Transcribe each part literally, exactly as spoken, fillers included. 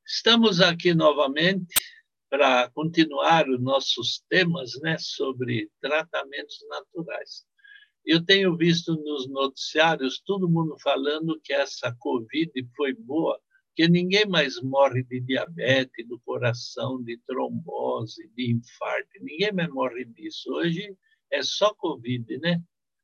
Estamos aqui novamente para continuar os nossos temas, né, sobre tratamentos naturais. Eu tenho visto nos noticiários todo mundo falando que essa Covid foi boa, que ninguém mais morre de diabetes, do coração, de trombose, de infarto, ninguém mais morre disso. Hoje é só Covid, né?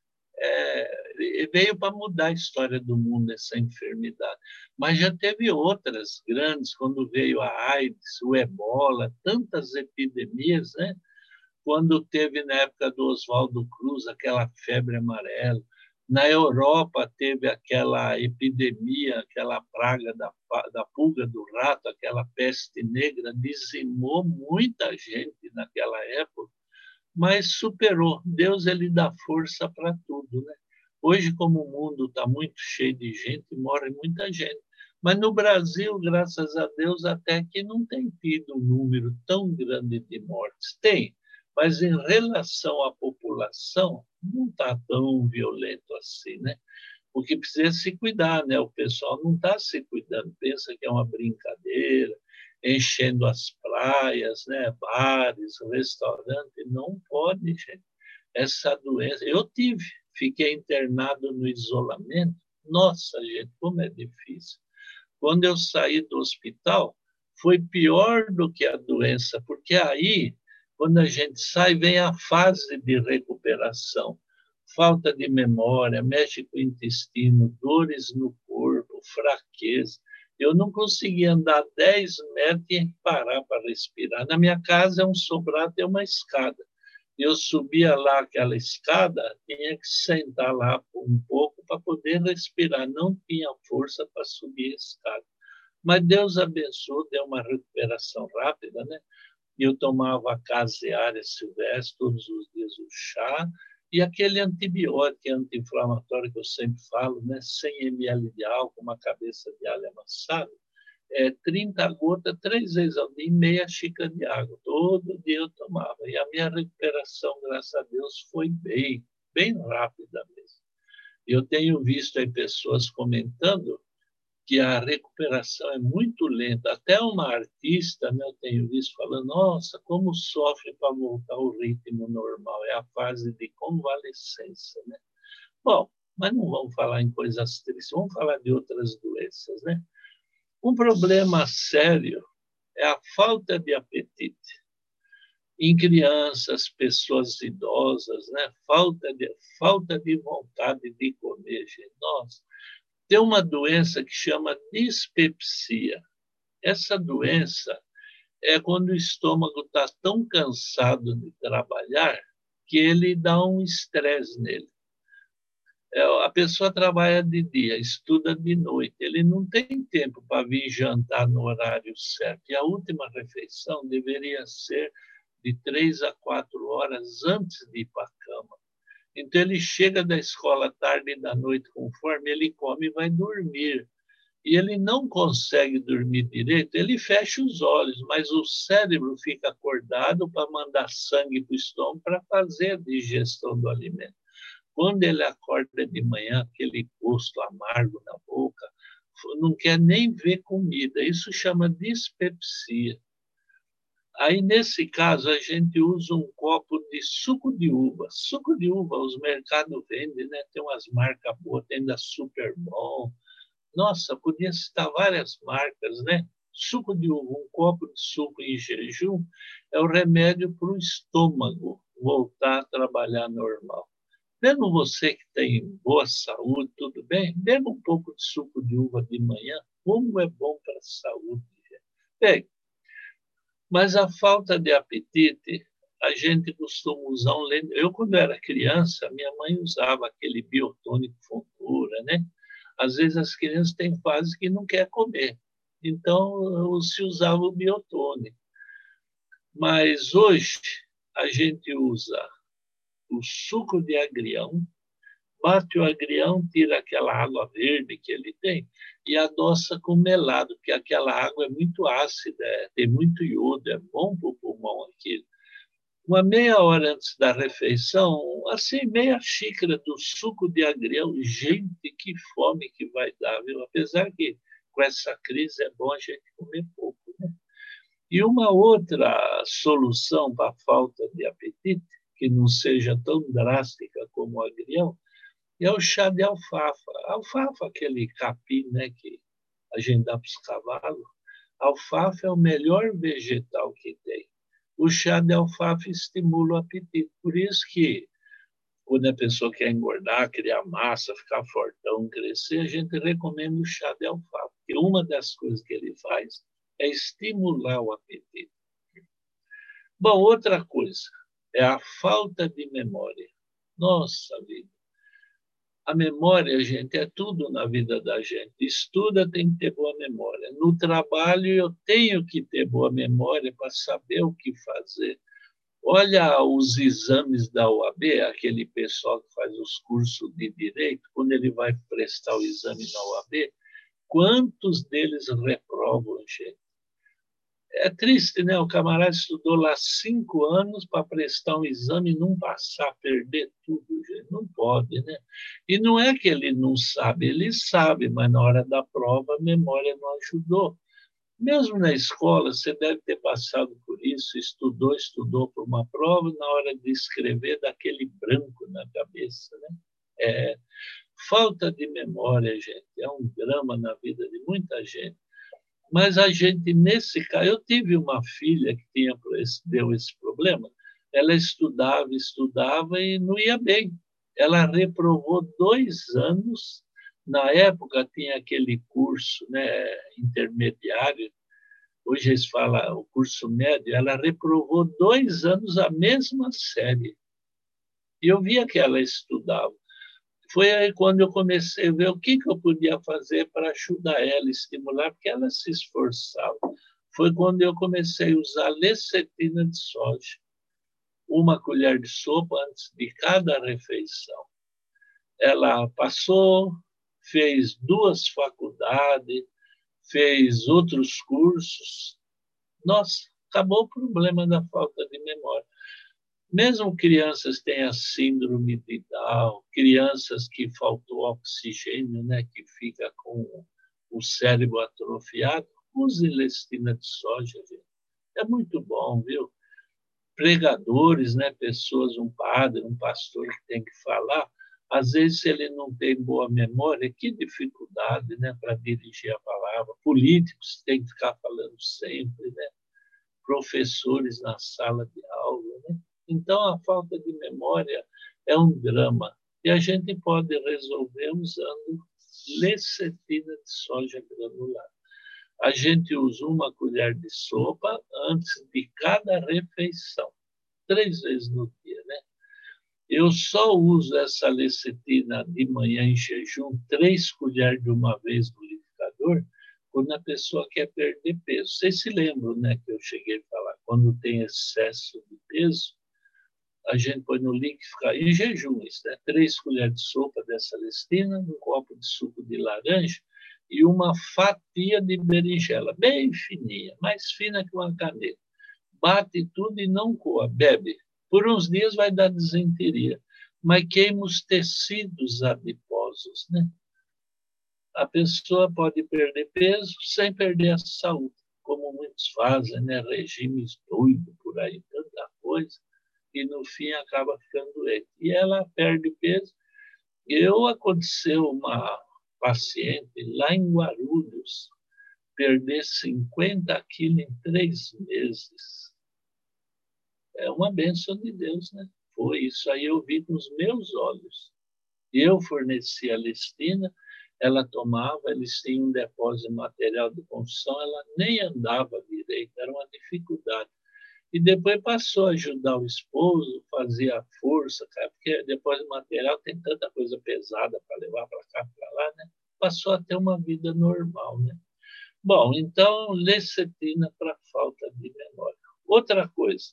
É, veio para mudar a história do mundo essa enfermidade. Mas já teve outras grandes, quando veio a AIDS, o ebola, tantas epidemias, né? Quando teve, na época do Oswaldo Cruz, aquela febre amarela. Na Europa teve aquela epidemia, aquela praga da, da pulga do rato, aquela peste negra, dizimou muita gente naquela época, mas superou. Deus, ele dá força para tudo, né? Hoje, como o mundo está muito cheio de gente, morre muita gente. Mas no Brasil, graças a Deus, até que não tem tido um número tão grande de mortes. Tem, mas em relação à população, não está tão violento assim, né? O que precisa é se cuidar, né? O pessoal não está se cuidando, pensa que é uma brincadeira, enchendo as praias, né? Bares, restaurantes, não pode, gente. Essa doença, eu tive, fiquei internado no isolamento. Nossa, gente, como é difícil. Quando eu saí do hospital, foi pior do que a doença, porque aí, quando a gente sai, vem a fase de recuperação. Falta de memória, mexe com o intestino, dores no corpo, fraqueza. Eu não conseguia andar dez metros e parar para respirar. Na minha casa é um sobrado, é uma escada. Eu subia lá aquela escada, tinha que sentar lá um pouco para poder respirar. Não tinha força para subir a escada. Mas Deus abençoou, deu uma recuperação rápida, né? Eu tomava caseária silvestre todos os dias, o chá, e aquele antibiótico anti-inflamatório que eu sempre falo, né? cem mililitros de álcool, uma cabeça de alho amassado, é, trinta gotas, três vezes ao dia, e meia xícara de água. Todo dia eu tomava. E a minha recuperação, graças a Deus, foi bem, bem rápida mesmo. Eu tenho visto aí pessoas comentando que a recuperação é muito lenta. Até uma artista, né, eu tenho visto falando, nossa, como sofre para voltar ao ritmo normal. É a fase de convalescência, né? Bom, mas não vamos falar em coisas tristes, vamos falar de outras doenças, né? Um problema sério é a falta de apetite em crianças, pessoas idosas, né? Falta de falta de vontade de comer, gente. Nossa, tem uma doença que chama dispepsia. Essa doença é quando o estômago está tão cansado de trabalhar que ele dá um estresse nele. A pessoa trabalha de dia, estuda de noite, ele não tem tempo para vir jantar no horário certo. E a última refeição deveria ser de três a quatro horas antes de ir para a cama. Então, ele chega da escola tarde e da noite, conforme ele come e vai dormir. E ele não consegue dormir direito, ele fecha os olhos, mas o cérebro fica acordado para mandar sangue para o estômago para fazer a digestão do alimento. Quando ele acorda de manhã, aquele gosto amargo na boca, não quer nem ver comida. Isso chama dispepsia. Aí, nesse caso, a gente usa um copo de suco de uva. Suco de uva, os mercados vendem, né? Tem umas marcas boas, tem da Superbom. Nossa, podia citar várias marcas, né? Suco de uva, um copo de suco em jejum é o remédio para o estômago voltar a trabalhar normal. Mesmo você que tem boa saúde, tudo bem, beba um pouco de suco de uva de manhã, como é bom para a saúde. Bem, mas a falta de apetite, a gente costuma usar um... Eu, quando era criança, minha mãe usava aquele biotônico Fontoura, né? Às vezes as crianças têm fase que não quer comer, então se usava o biotônico. Mas hoje a gente usa o suco de agrião, bate o agrião, tira aquela água verde que ele tem e adoça com melado, porque aquela água é muito ácida, é, tem muito iodo, é bom para o pulmão aquilo. Uma meia hora antes da refeição, assim, meia xícara do suco de agrião. Gente, que fome que vai dar, viu? Apesar que com essa crise é bom a gente comer pouco, E uma outra solução para a falta de apetite, que não seja tão drástica como o agrião, é o chá de alfafa. Alfafa, aquele capim, né, que a gente dá para os cavalos. Alfafa é o melhor vegetal que tem. O chá de alfafa estimula o apetite. Por isso que, quando a pessoa quer engordar, criar massa, ficar fortão, crescer, a gente recomenda o chá de alfafa. Porque uma das coisas que ele faz é estimular o apetite. Bom, outra coisa é a falta de memória. Nossa vida. A memória, gente, é tudo na vida da gente. Estuda, tem que ter boa memória. No trabalho, eu tenho que ter boa memória para saber o que fazer. Olha os exames da O A B, aquele pessoal que faz os cursos de direito, quando ele vai prestar o exame na O A B, quantos deles reprovam, gente? É triste, né? O camarada estudou lá cinco anos para prestar um exame e não passar, perder tudo, gente. Não pode, né? E não é que ele não sabe, ele sabe, mas na hora da prova a memória não ajudou. Mesmo na escola, você deve ter passado por isso, estudou, estudou para uma prova, na hora de escrever, dá aquele branco na cabeça, né? É, falta de memória, gente, é um drama na vida de muita gente. Mas a gente, nesse caso, eu tive uma filha que tinha esse, deu esse problema. Ela estudava, estudava e não ia bem. Ela reprovou dois anos. Na época tinha aquele curso, né, intermediário. Hoje eles falam o curso médio. Ela reprovou dois anos a mesma série. E eu via que ela estudava. Foi aí quando eu comecei a ver o que, que eu podia fazer para ajudar ela, estimular, porque ela se esforçava. Foi quando eu comecei a usar lecetina de soja, uma colher de sopa antes de cada refeição. Ela passou, fez duas faculdades, fez outros cursos. Nossa, acabou o problema da falta de memória. Mesmo crianças que têm a síndrome de Down, crianças que faltou oxigênio, né, que fica com o cérebro atrofiado, use lecitina de soja, gente. É muito bom, viu? Pregadores, né, pessoas, um padre, um pastor que tem que falar, às vezes se ele não tem boa memória, que dificuldade, né, para dirigir a palavra. Políticos têm que ficar falando sempre, né? Professores na sala de aula, né? Então, a falta de memória é um drama. E a gente pode resolver usando lecetina de soja granular. A gente usa uma colher de sopa antes de cada refeição, três vezes no dia, né? Eu só uso essa lecetina de manhã em jejum, três colheres de uma vez no liquidificador, quando a pessoa quer perder peso. Vocês se lembram, né, que eu cheguei a falar, quando tem excesso de peso, a gente põe no liquidificador, em jejum, isso, né? Três colheres de sopa dessa lecitina, um copo de suco de laranja e uma fatia de berinjela, bem fininha, mais fina que uma caneta. Bate tudo e não coa, bebe. Por uns dias vai dar desinteria, mas queima os tecidos adiposos, né? A pessoa pode perder peso sem perder a saúde, como muitos fazem, né? Regimes doidos por aí, tanta coisa, e no fim acaba ficando doente. E ela perde peso. Eu aconteceu uma paciente lá em Guarulhos perder cinquenta quilos em três meses. É uma bênção de Deus, né? Foi isso aí, eu vi com os meus olhos. Eu forneci a listina, ela tomava, eles tinham um depósito de material de construção, ela nem andava direito, era uma dificuldade. E depois passou a ajudar o esposo, fazia força, cara, porque depois do material tem tanta coisa pesada para levar para cá, para lá, né? Passou a ter uma vida normal, né? Bom, então, lecetina para falta de memória. Outra coisa,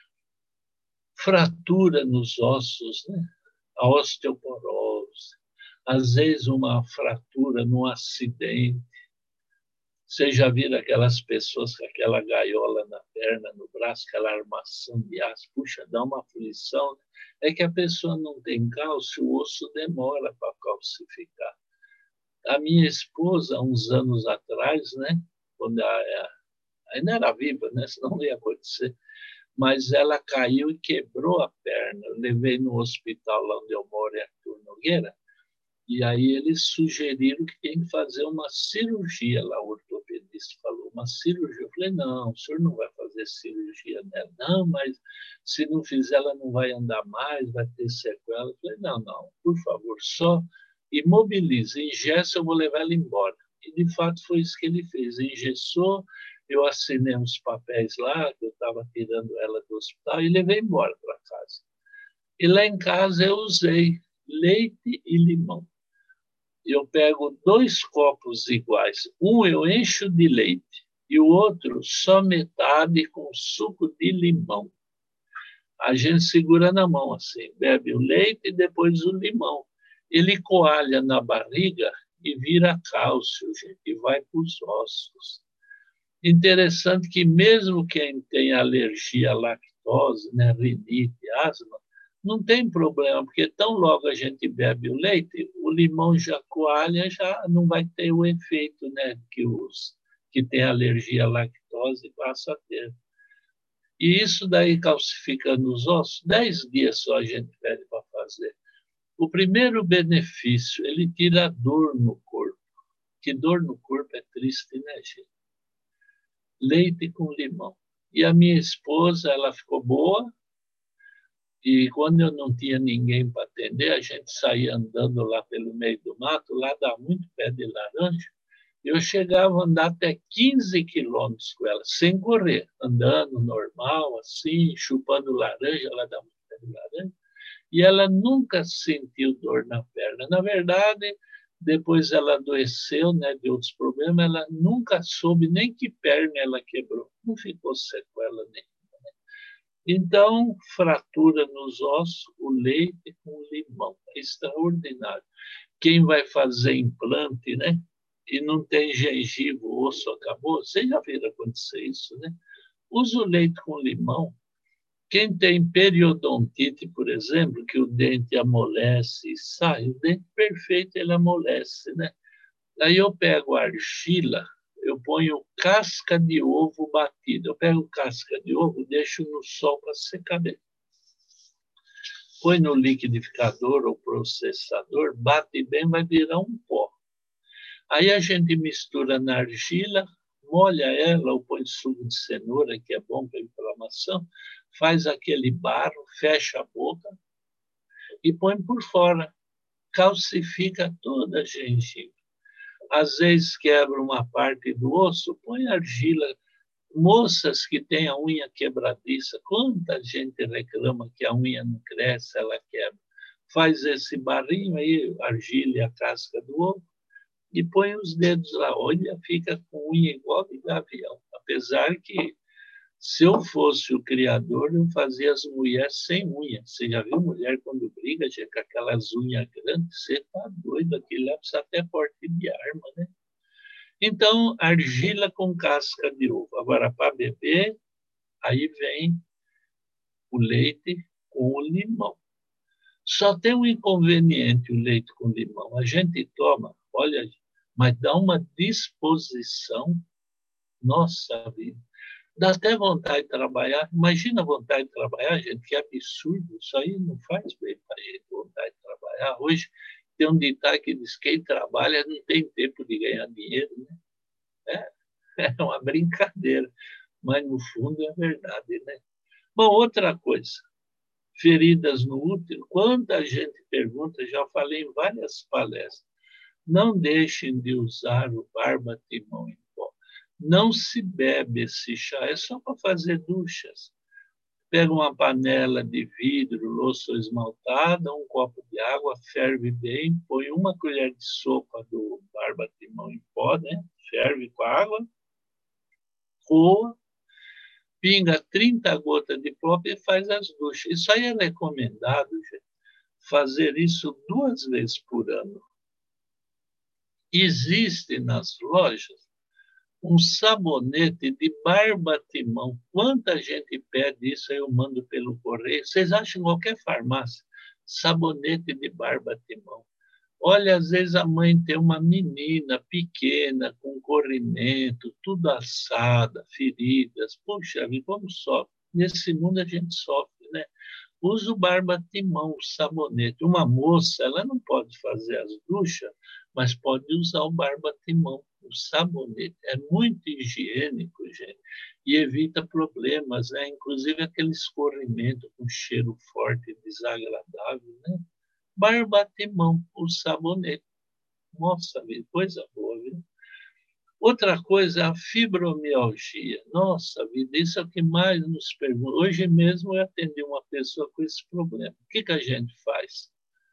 fratura nos ossos, né? A osteoporose, às vezes uma fratura num acidente. Você já viram aquelas pessoas com aquela gaiola na perna, no braço, aquela armação de aço? Puxa, dá uma aflição. É que a pessoa não tem cálcio, o osso demora para calcificar. A minha esposa, uns anos atrás, né, quando a, ainda era viva, né? Senão não ia acontecer. Mas ela caiu e quebrou a perna. Eu levei no hospital lá onde eu moro, em Artur Nogueira, e aí eles sugeriram que tem que fazer uma cirurgia lá, o ortopedista falou, uma cirurgia. Eu falei, não, o senhor não vai fazer cirurgia nela. Não, mas se não fizer, ela não vai andar mais, vai ter sequela. Eu falei, não, não, por favor, só imobilize, engessa, eu vou levar ela embora. E, de fato, foi isso que ele fez. Engessou, eu assinei uns papéis lá, que eu estava tirando ela do hospital, e levei embora para casa. E lá em casa eu usei leite e limão. Eu pego dois copos iguais. Um eu encho de leite e o outro só metade com suco de limão. A gente segura na mão assim, bebe o leite e depois o limão. Ele coalha na barriga e vira cálcio, gente, e vai para os ossos. Interessante que mesmo quem tem alergia à lactose, né, rinite, asma, não tem problema, porque tão logo a gente bebe o leite, o limão já coalha, já não vai ter o efeito, né, que os que têm alergia à lactose passam a ter. E isso daí calcificando os ossos, dez dias só a gente pede para fazer. O primeiro benefício, ele tira a dor no corpo. Que dor no corpo é triste, né, gente? Leite com limão. E a minha esposa, ela ficou boa, e quando eu não tinha ninguém para atender, a gente saía andando lá pelo meio do mato, lá dá muito pé de laranja, eu chegava a andar até quinze quilômetros com ela, sem correr, andando normal, assim, chupando laranja, lá dá muito pé de laranja, e ela nunca sentiu dor na perna. Na verdade, depois ela adoeceu, né, de outros problemas, ela nunca soube nem que perna ela quebrou, não ficou sequela nenhuma. Então, fratura nos ossos, o leite com limão. É extraordinário. Quem vai fazer implante, né? E não tem gengiva, o osso acabou. Vocês já viram acontecer isso, né? Usa o leite com limão. Quem tem periodontite, por exemplo, que o dente amolece e sai, o dente perfeito ele amolece, né? Aí eu pego a argila, eu ponho casca de ovo batida. Eu pego casca de ovo, deixo no sol para secar bem. Põe no liquidificador ou processador, bate bem, vai virar um pó. Aí a gente mistura na argila, molha ela ou põe suco de cenoura, que é bom para inflamação, faz aquele barro, fecha a boca e põe por fora. Calcifica toda a gengiva. Às vezes quebra uma parte do osso, põe argila. Moças que têm a unha quebradiça, quanta gente reclama que a unha não cresce, ela quebra. Faz esse barrinho aí, argila e a casca do ovo, e põe os dedos lá. Olha, fica com unha igual de gavião. Apesar que, se eu fosse o criador, eu fazia as mulheres sem unha. Você já viu mulher quando briga, já, com aquelas unhas grandes? Você está doido, aquilo lá precisa até porte de arma, né? Então, argila com casca de ovo. Agora, para beber, aí vem o leite com o limão. Só tem um inconveniente o leite com limão. A gente toma, olha, mas dá uma disposição, nossa vida. Dá até vontade de trabalhar. Imagina a vontade de trabalhar, gente, que absurdo. Isso aí não faz bem para a gente, vontade de trabalhar. Hoje tem um ditado que diz que quem trabalha não tem tempo de ganhar dinheiro, né? É, é uma brincadeira, mas no fundo é verdade, né? Bom, outra coisa, feridas no útero, quanta gente pergunta, já falei em várias palestras, não deixem de usar o barbatimão em pó. Não se bebe esse chá, é só para fazer duchas. Pega uma panela de vidro, louça esmaltada, um copo de água, ferve bem, põe uma colher de sopa do barbatimão em pó, né? Ferve com a água, coa, pinga trinta gotas de pó e faz as duchas. Isso aí é recomendado, gente, fazer isso duas vezes por ano. Existe nas lojas um sabonete de barbatimão. Quanta gente pede isso, aí eu mando pelo correio. Vocês acham em qualquer farmácia sabonete de barbatimão. Olha, às vezes a mãe tem uma menina pequena, com corrimento, tudo assada, feridas. Puxa vida, como sofre. Nesse mundo a gente sofre, né? Usa o barbatimão, o sabonete. Uma moça, ela não pode fazer as duchas, mas pode usar o barbatimão, o sabonete. É muito higiênico, gente, e evita problemas, né? Inclusive aquele escorrimento com cheiro forte e desagradável, né? Barbatimão, o sabonete. Nossa, coisa boa, viu? Outra coisa, a fibromialgia. Nossa vida, isso é o que mais nos pergunta. Hoje mesmo eu atendi uma pessoa com esse problema. O que, que a gente faz?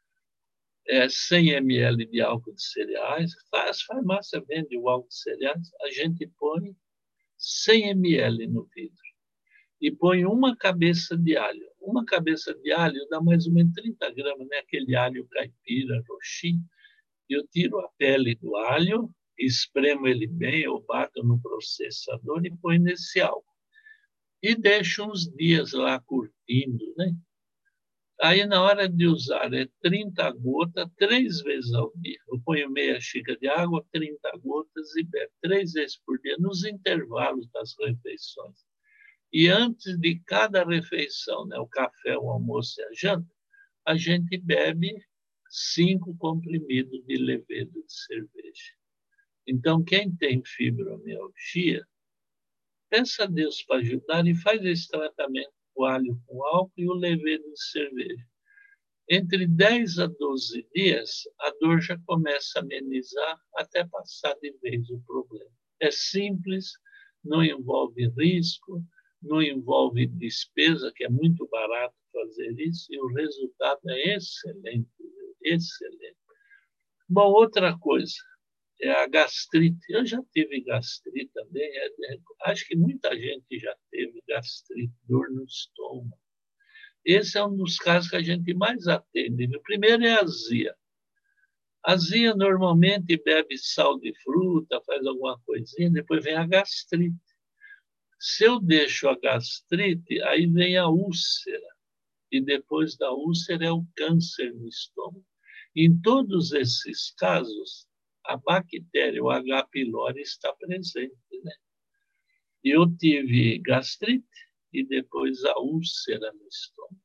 É cem mililitros de álcool de cereais. As farmácias vendem o álcool de cereais. A gente põe cem mililitros no vidro e põe uma cabeça de alho. Uma cabeça de alho dá mais ou menos trinta gramas, né? Aquele alho caipira, roxinho. Eu tiro a pele do alho, espremo ele bem, eu bato no processador e põe nesse álcool. E deixo uns dias lá curtindo, né? Aí, na hora de usar, é trinta gotas, três vezes ao dia. Eu ponho meia xícara de água, trinta gotas e bebo três vezes por dia, nos intervalos das refeições. E antes de cada refeição, né, o café, o almoço e a janta, a gente bebe cinco comprimidos de levedo de cerveja. Então, quem tem fibromialgia, peça a Deus para ajudar e faz esse tratamento com alho com álcool e o levedo de cerveja. Entre dez a doze dias, a dor já começa a amenizar até passar de vez o problema. É simples, não envolve risco, não envolve despesa, que é muito barato fazer isso, e o resultado é excelente, excelente. Bom, outra coisa, é a gastrite. Eu já tive gastrite também. É, é, acho que muita gente já teve gastrite, dor no estômago. Esse é um dos casos que a gente mais atende. O primeiro é a azia. A azia normalmente bebe sal de fruta, faz alguma coisinha, depois vem a gastrite. Se eu deixo a gastrite, aí vem a úlcera. E depois da úlcera é o câncer no estômago. Em todos esses casos, a bactéria, o H. pylori, está presente, né? Eu tive gastrite e depois a úlcera no estômago.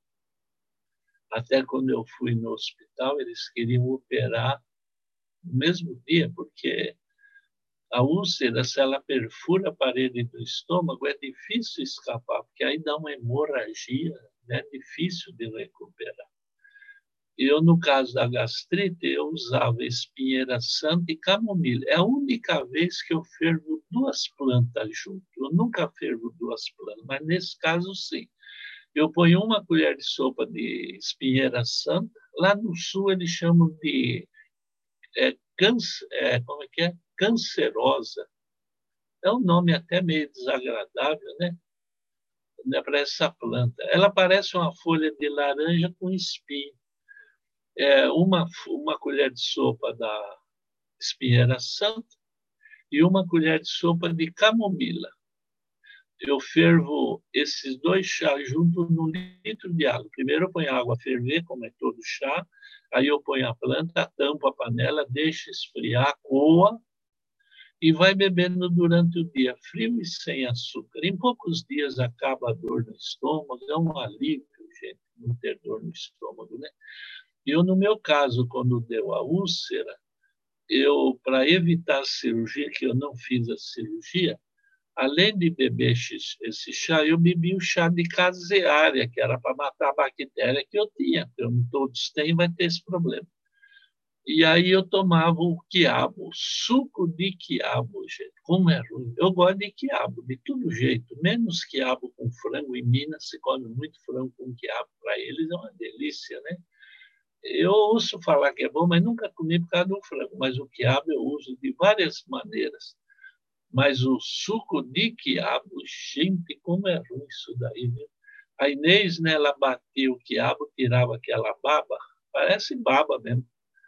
Até quando eu fui no hospital, eles queriam operar no mesmo dia, porque a úlcera, se ela perfura a parede do estômago, é difícil escapar, porque aí dá uma hemorragia, é né? Difícil de recuperar. Eu, no caso da gastrite, eu usava espinheira santa e camomila. É a única vez que eu fervo duas plantas junto. Eu nunca fervo duas plantas, mas nesse caso, sim. Eu ponho uma colher de sopa de espinheira santa. Lá no sul, eles chamam de é, câncer, é, como é que é? Cancerosa. É um nome até meio desagradável, né? Para essa planta. Ela parece uma folha de laranja com espinho. É, uma, uma colher de sopa da espinheira santa e uma colher de sopa de camomila. Eu fervo esses dois chás junto num litro de água. Primeiro eu ponho a água a ferver, como é todo chá, aí eu ponho a planta, tampo a panela, deixo esfriar, coa e vai bebendo durante o dia, frio e sem açúcar. Em poucos dias acaba a dor no estômago, é um alívio, gente, não ter dor no estômago, né? Eu, no meu caso, quando deu a úlcera, eu, para evitar a cirurgia, que eu não fiz a cirurgia, além de beber esse chá, eu bebi o chá de caseária, que era para matar a bactéria que eu tinha, porque todos têm, vai ter esse problema. E aí eu tomava o quiabo, suco de quiabo, gente, como é ruim. Eu gosto de quiabo, de todo jeito, menos quiabo com frango. Em Minas se come muito frango com quiabo, para eles é uma delícia, né? Eu ouço falar que é bom, mas nunca comi por causa do frango. Mas o quiabo eu uso de várias maneiras. Mas o suco de quiabo, gente, como é ruim isso daí, viu? A Inês, né, ela batia o quiabo, tirava aquela baba, parece baba mesmo.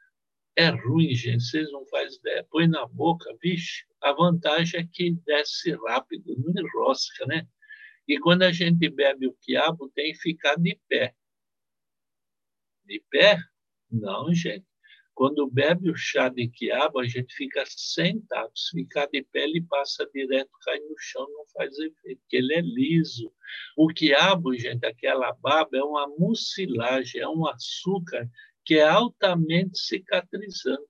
É ruim, gente, vocês não fazem ideia. Põe na boca, vixe, a vantagem é que desce rápido, não enrosca, né? E quando a gente bebe o quiabo, tem que ficar de pé. De pé? Não, gente. Quando bebe o chá de quiabo, a gente fica sentado. Se ficar de pé, ele passa direto, cai no chão, não faz efeito, porque ele é liso. O quiabo, gente, aquela baba, é uma mucilagem, é um açúcar que é altamente cicatrizante.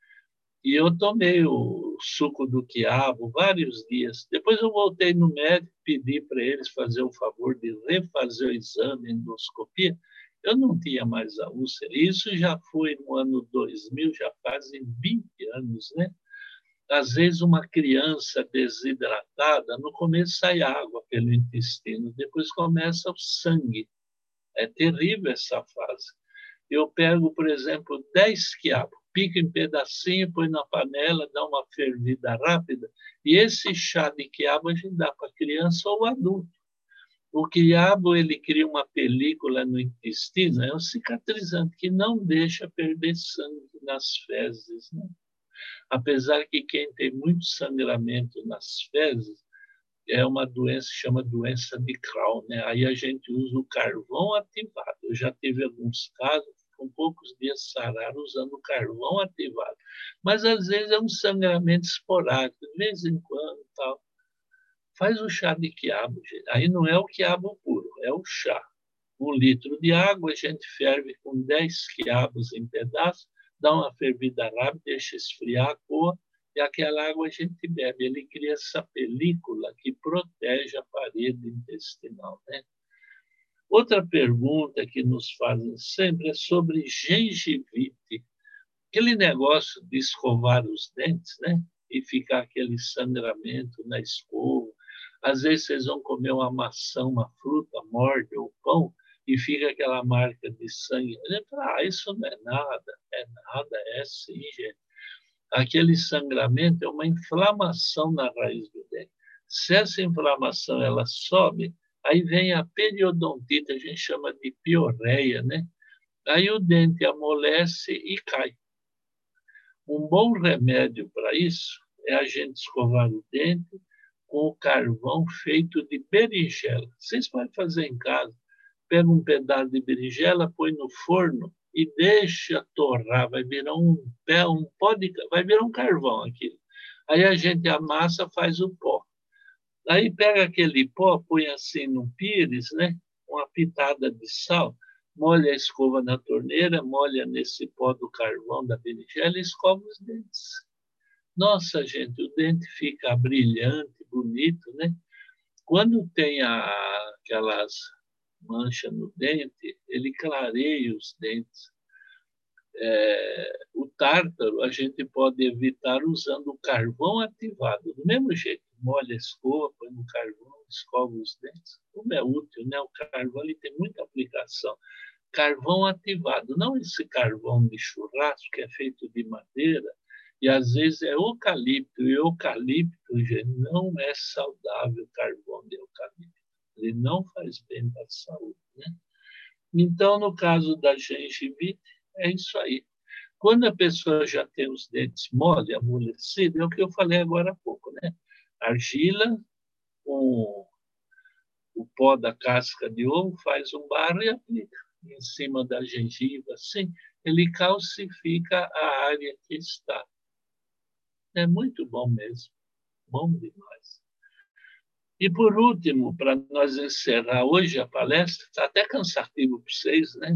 E eu tomei o suco do quiabo vários dias. Depois eu voltei no médico, pedi para eles fazer o favor de refazer o exame, endoscopia. Eu não tinha mais a úlcera. Isso já foi no ano dois mil, já fazem vinte anos, né? Às vezes, uma criança desidratada, no começo sai água pelo intestino, depois começa o sangue. É terrível essa fase. Eu pego, por exemplo, dez quiabos, pico em pedacinho, põe na panela, dá uma fervida rápida, e esse chá de quiabo a gente dá para criança ou adulto. O quiabo, ele cria uma película no intestino, é um cicatrizante que não deixa perder sangue nas fezes, né? Apesar que quem tem muito sangramento nas fezes é uma doença que chama doença de Crohn, né? Aí a gente usa o carvão ativado. Eu já tive alguns casos, com poucos dias sararam usando o carvão ativado. Mas às vezes é um sangramento esporádico, de vez em quando, tal. Faz o chá de quiabo, gente. Aí não é o quiabo puro, é o chá. Um litro de água, a gente ferve com dez quiabos em pedaços, dá uma fervida rápida, deixa esfriar, coa, e aquela água a gente bebe. Ele cria essa película que protege a parede intestinal, né? Outra pergunta que nos fazem sempre é sobre gengivite. Aquele negócio de escovar os dentes, né? E ficar aquele sangramento na escova. Às vezes vocês vão comer uma maçã, uma fruta, morde ou pão, e fica aquela marca de sangue. Ah, isso não é nada, é nada, é sim, gente. Aquele sangramento é uma inflamação na raiz do dente. Se essa inflamação ela sobe, aí vem a periodontite, a gente chama de piorreia, né? Aí o dente amolece e cai. Um bom remédio para isso é a gente escovar o dente com o carvão feito de berinjela. Vocês podem fazer em casa. Pega um pedaço de berinjela, põe no forno e deixa torrar. Vai virar um pé, um pó de, vai virar um carvão aquilo. Aí a gente amassa, faz o pó. Aí pega aquele pó, põe assim no pires, né? Uma pitada de sal, molha a escova na torneira, molha nesse pó do carvão da berinjela e escova os dentes. Nossa, gente, o dente fica brilhante, bonito, né? Quando tem a, aquelas manchas no dente, ele clareia os dentes. É, o tártaro a gente pode evitar usando o carvão ativado. Do mesmo jeito, molha a escova, põe no carvão, escova os dentes. Como é útil, né? O carvão ele tem muita aplicação. Carvão ativado, não esse carvão de churrasco que é feito de madeira, e às vezes é eucalipto, e eucalipto, gente, não é saudável o carvão de eucalipto. Ele não faz bem para a saúde, né? Então, no caso da gengivite, é isso aí. Quando a pessoa já tem os dentes mole, amolecidos, é o que eu falei agora há pouco, né? Argila com o pó da casca de ovo, faz um barro e aplica em cima da gengiva, assim, ele calcifica a área que está. É muito bom mesmo, bom demais. E, por último, para nós encerrar hoje a palestra, está até cansativo para vocês, né?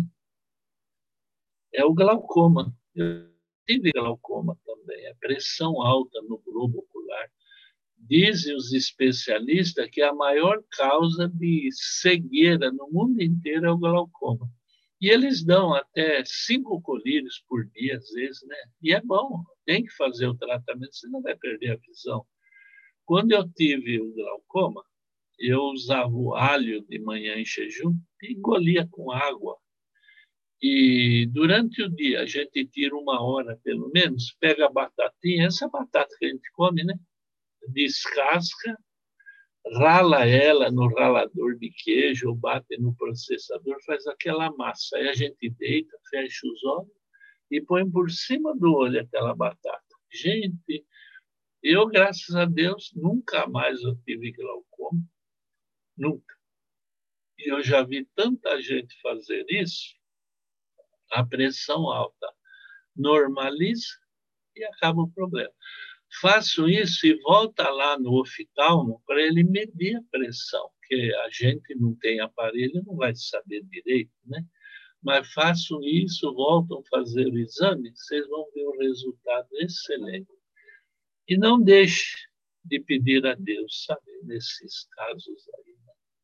É o glaucoma. Eu tive glaucoma também, é pressão alta no globo ocular. Dizem os especialistas que a maior causa de cegueira no mundo inteiro é o glaucoma. E eles dão até cinco colírios por dia, às vezes, né? E é bom, tem que fazer o tratamento, senão vai perder a visão. Quando eu tive o glaucoma, eu usava o alho de manhã em jejum e engolia com água. E durante o dia a gente tira uma hora, pelo menos, pega a batatinha, essa batata que a gente come, né? Descasca, rala ela no ralador de queijo ou bate no processador, faz aquela massa. Aí a gente deita, fecha os olhos e põe por cima do olho aquela batata. Gente, eu, graças a Deus, nunca mais eu tive glaucoma, nunca. E eu já vi tanta gente fazer isso, a pressão alta. normaliza e acaba o problema. Faço isso e volta lá no oftalmo para ele medir a pressão, porque a gente não tem aparelho, não vai saber direito, né? Mas faço isso, voltam a fazer o exame, vocês vão ver um resultado excelente. E não deixe de pedir a Deus, sabe, nesses casos aí.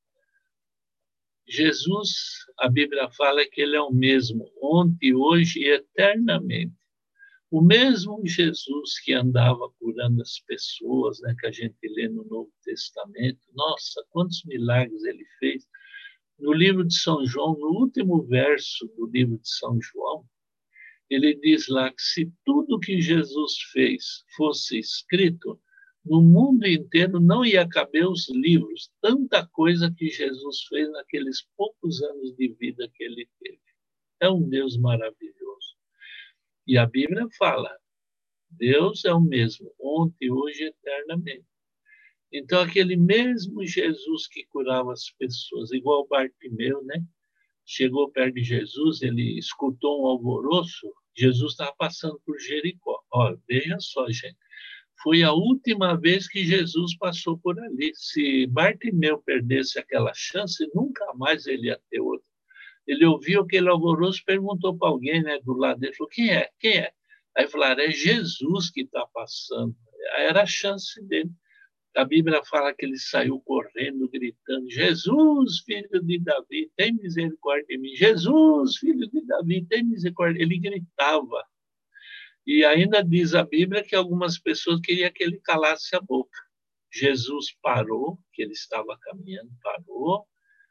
Jesus, a Bíblia fala que ele é o mesmo, ontem, hoje e eternamente. O mesmo Jesus que andava curando as pessoas, né, que a gente lê no Novo Testamento. Nossa, quantos milagres ele fez. No livro de São João, no último verso do livro de São João, ele diz lá que se tudo que Jesus fez fosse escrito, no mundo inteiro não ia caber os livros, tanta coisa que Jesus fez naqueles poucos anos de vida que ele teve. É um Deus maravilhoso. E a Bíblia fala, Deus é o mesmo, ontem, hoje e eternamente. Então, aquele mesmo Jesus que curava as pessoas, igual Bartimeu, né? Chegou perto de Jesus, ele escutou um alvoroço, Jesus estava passando por Jericó. Olha, veja só, gente, foi a última vez que Jesus passou por ali. Se Bartimeu perdesse aquela chance, nunca mais ele ia ter outra. Ele ouviu aquele alvoroço, perguntou para alguém, né, do lado dele, falou, quem é? Quem é? Aí falaram, é Jesus que está passando. Era a chance dele. A Bíblia fala que ele saiu correndo, gritando, Jesus, filho de Davi, tem misericórdia de mim. Jesus, filho de Davi, tem misericórdia. Ele gritava. E ainda diz a Bíblia que algumas pessoas queriam que ele calasse a boca. Jesus parou, que ele estava caminhando, parou,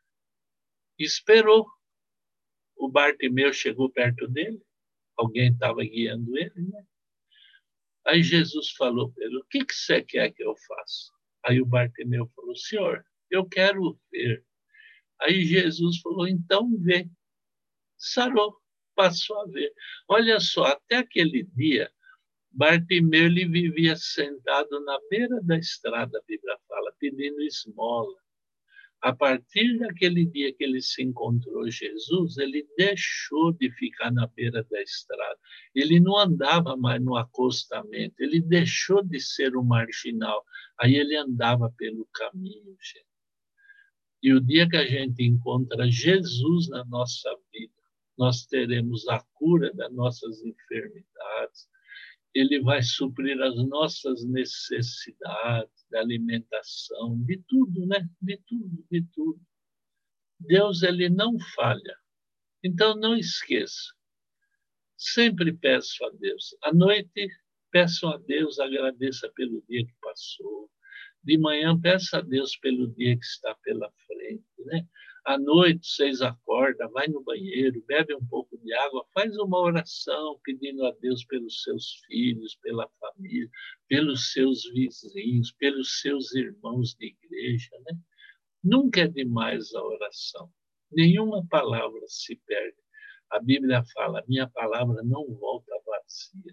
esperou. O Bartimeu chegou perto dele, alguém estava guiando ele, né? Aí Jesus falou para ele, o que, que você quer que eu faça? Aí o Bartimeu falou, Senhor, eu quero ver. Aí Jesus falou, então vê. Sarou, passou a ver. Olha só, até aquele dia, Bartimeu ele vivia sentado na beira da estrada, a Bíblia fala, pedindo esmola. A partir daquele dia que ele se encontrou Jesus, ele deixou de ficar na beira da estrada. Ele não andava mais no acostamento, ele deixou de ser um marginal. Aí ele andava pelo caminho, gente. E o dia que a gente encontra Jesus na nossa vida, nós teremos a cura das nossas enfermidades, ele vai suprir as nossas necessidades de alimentação, de tudo, né? De tudo, de tudo. Deus, ele não falha. Então, não esqueça. Sempre peço a Deus. À noite, peço a Deus, agradeça pelo dia que passou. De manhã, peça a Deus pelo dia que está pela frente, né? À noite, vocês acordam, vai no banheiro, bebe um pouco de água, faz uma oração pedindo a Deus pelos seus filhos, pela família, pelos seus vizinhos, pelos seus irmãos de igreja, né? Nunca é demais a oração. Nenhuma palavra se perde. A Bíblia fala, minha palavra não volta vazia.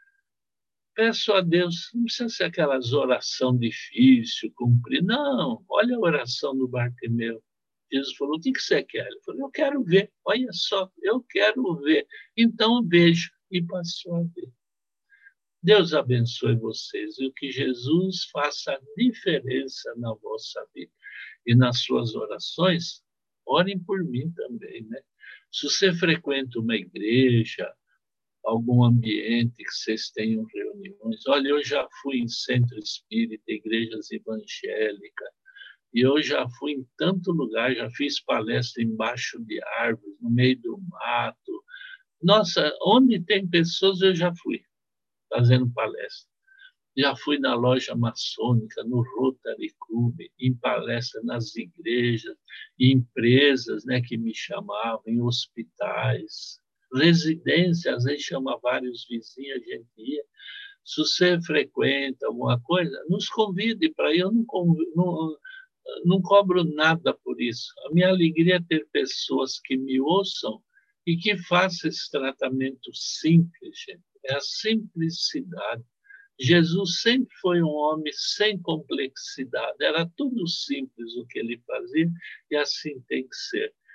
Peço a Deus, não precisa ser aquelas oração difícil, cumprir. Não, olha a oração do Bartimeu. Jesus falou, o que você quer? Ele falou, eu quero ver. Olha só, eu quero ver. Então, vejo. E passou a ver. Deus abençoe vocês e que Jesus faça a diferença na vossa vida. E nas suas orações, orem por mim também, né? Se você frequenta uma igreja, algum ambiente que vocês tenham reuniões. Olha, eu já fui em centro espírita, igrejas evangélicas, e eu já fui em tanto lugar, já fiz palestra embaixo de árvores, no meio do mato. Nossa, onde tem pessoas eu já fui fazendo palestra. Já fui na loja maçônica, no Rotary Club, em palestra nas igrejas, em empresas, né, que me chamavam, em hospitais, residência, às vezes chama vários vizinhos, a gente ia. Se você frequenta alguma coisa, nos convide para ir, eu não, não, não cobro nada por isso. A minha alegria é ter pessoas que me ouçam e que façam esse tratamento simples, gente. É a simplicidade. Jesus sempre foi um homem sem complexidade, era tudo simples o que ele fazia e assim tem que ser.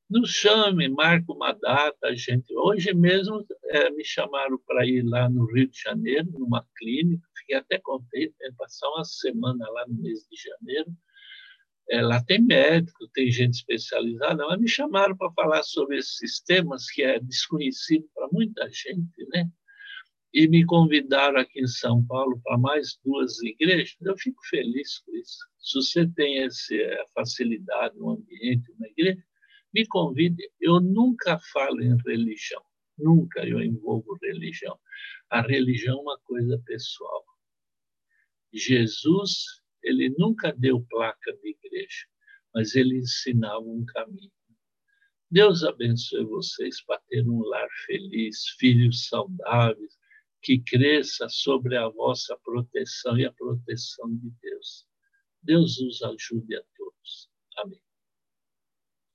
Nos chame, marque uma data, a gente. Hoje mesmo é, me chamaram para ir lá no Rio de Janeiro, numa clínica, fiquei até contente, né? Passar uma semana lá no mês de janeiro. É, lá tem médico, tem gente especializada, mas me chamaram para falar sobre esses temas que é desconhecido para muita gente, né? E me convidaram aqui em São Paulo para mais duas igrejas. Eu fico feliz com isso. Se você tem essa facilidade no ambiente, na igreja, me convide. Eu nunca falo em religião, nunca eu envolvo religião. A religião é uma coisa pessoal. Jesus, ele nunca deu placa de igreja, mas ele ensinava um caminho. Deus abençoe vocês para ter um lar feliz, filhos saudáveis, que cresça sobre a vossa proteção e a proteção de Deus. Deus os ajude a todos. Amém.